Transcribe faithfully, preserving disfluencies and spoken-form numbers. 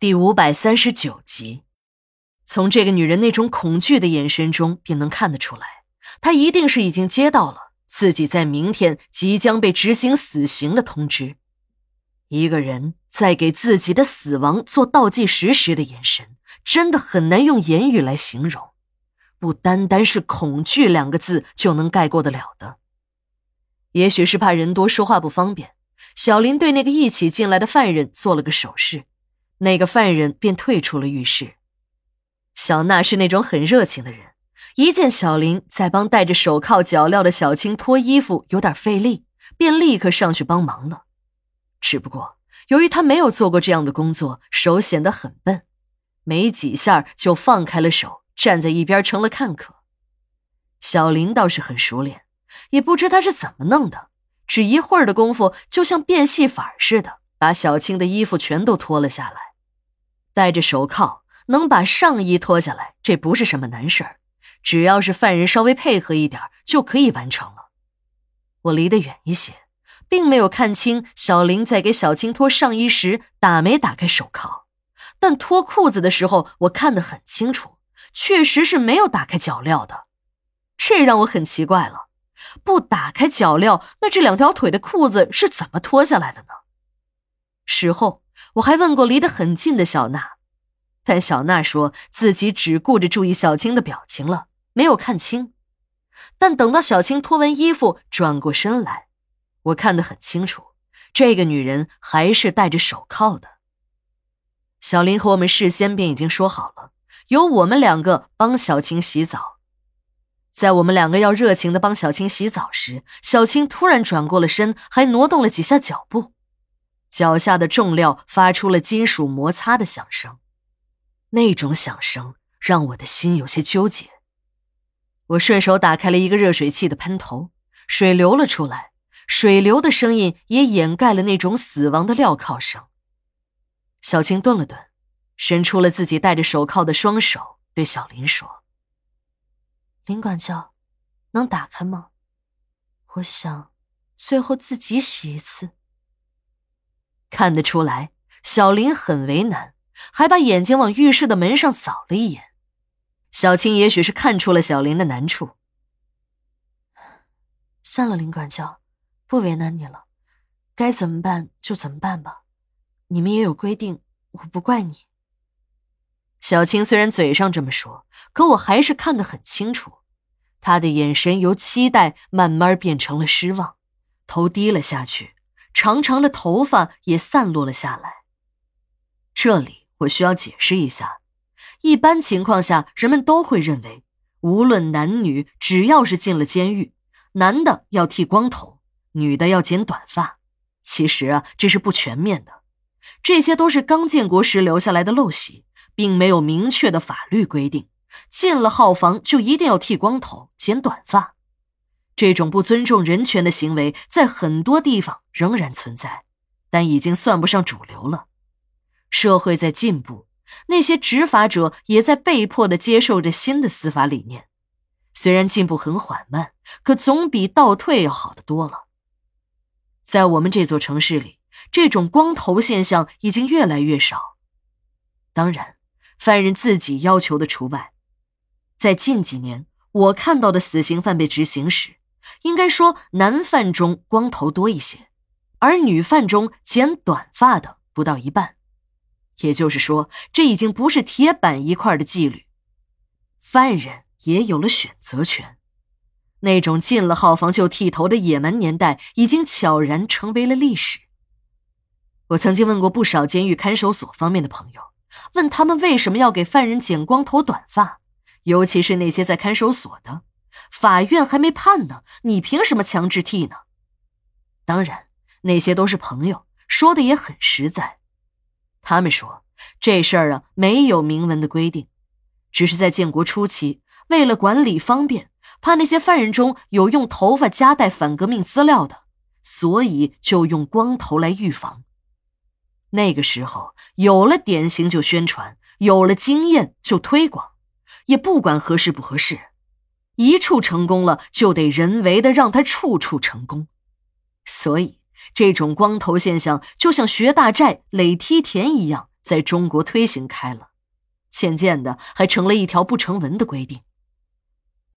第五百三十九集。从这个女人那种恐惧的眼神中便能看得出来，她一定是已经接到了自己在明天即将被执行死刑的通知。一个人在给自己的死亡做倒计时时的眼神，真的很难用言语来形容，不单单是恐惧两个字就能概括得了的。也许是怕人多说话不方便，小林对那个一起进来的犯人做了个手势，那个犯人便退出了浴室。小娜是那种很热情的人，一见小林在帮戴着手铐脚镣的小青脱衣服有点费力，便立刻上去帮忙了。只不过由于他没有做过这样的工作，手显得很笨，没几下就放开了手，站在一边成了看客。小林倒是很熟练，也不知他是怎么弄的，只一会儿的功夫就像变戏法似的，把小青的衣服全都脱了下来。戴着手铐能把上衣脱下来，这不是什么难事儿，只要是犯人稍微配合一点就可以完成了。我离得远一些，并没有看清小林在给小青脱上衣时打没打开手铐，但脱裤子的时候我看得很清楚，确实是没有打开脚镣的。这让我很奇怪了，不打开脚镣，那这两条腿的裤子是怎么脱下来的呢？事后我还问过离得很近的小娜，但小娜说自己只顾着注意小青的表情了，没有看清。但等到小青脱完衣服转过身来，我看得很清楚，这个女人还是戴着手铐的。小林和我们事先便已经说好了，由我们两个帮小青洗澡。在我们两个要热情地帮小青洗澡时，小青突然转过了身，还挪动了几下脚步，脚下的重料发出了金属摩擦的响声。那种响声让我的心有些纠结。我顺手打开了一个热水器的喷头，水流了出来，水流的声音也掩盖了那种死亡的镣铐声。小青顿了顿，伸出了自己戴着手铐的双手，对小林说：林管教，能打开吗？我想最后自己洗一次。看得出来，小林很为难，还把眼睛往浴室的门上扫了一眼。小青也许是看出了小林的难处。算了，林管教，不为难你了，该怎么办就怎么办吧，你们也有规定，我不怪你。小青虽然嘴上这么说，可我还是看得很清楚，她的眼神由期待慢慢变成了失望，头低了下去，长长的头发也散落了下来。这里我需要解释一下，一般情况下人们都会认为，无论男女，只要是进了监狱，男的要剃光头，女的要剪短发。其实啊，这是不全面的，这些都是刚建国时留下来的陋习，并没有明确的法律规定，进了号房就一定要剃光头、剪短发。这种不尊重人权的行为在很多地方仍然存在，但已经算不上主流了。社会在进步，那些执法者也在被迫地接受着新的司法理念。虽然进步很缓慢，可总比倒退要好得多了。在我们这座城市里，这种光头现象已经越来越少。当然，犯人自己要求的除外。在近几年，我看到的死刑犯被执行时，应该说男犯中光头多一些，而女犯中剪短发的不到一半。也就是说，这已经不是铁板一块的纪律，犯人也有了选择权。那种进了号房就剃头的野蛮年代已经悄然成为了历史。我曾经问过不少监狱看守所方面的朋友，问他们为什么要给犯人剪光头短发，尤其是那些在看守所的，法院还没判呢，你凭什么强制剃呢？当然，那些都是朋友，说的也很实在。他们说，这事儿啊没有明文的规定，只是在建国初期，为了管理方便，怕那些犯人中有用头发夹带反革命资料的，所以就用光头来预防。那个时候，有了典型就宣传，有了经验就推广，也不管合适不合适，一处成功了，就得人为的让它处处成功。所以这种光头现象就像学大寨垒梯田一样， 在中国推行开了，渐渐的还成了一条不成文的规定。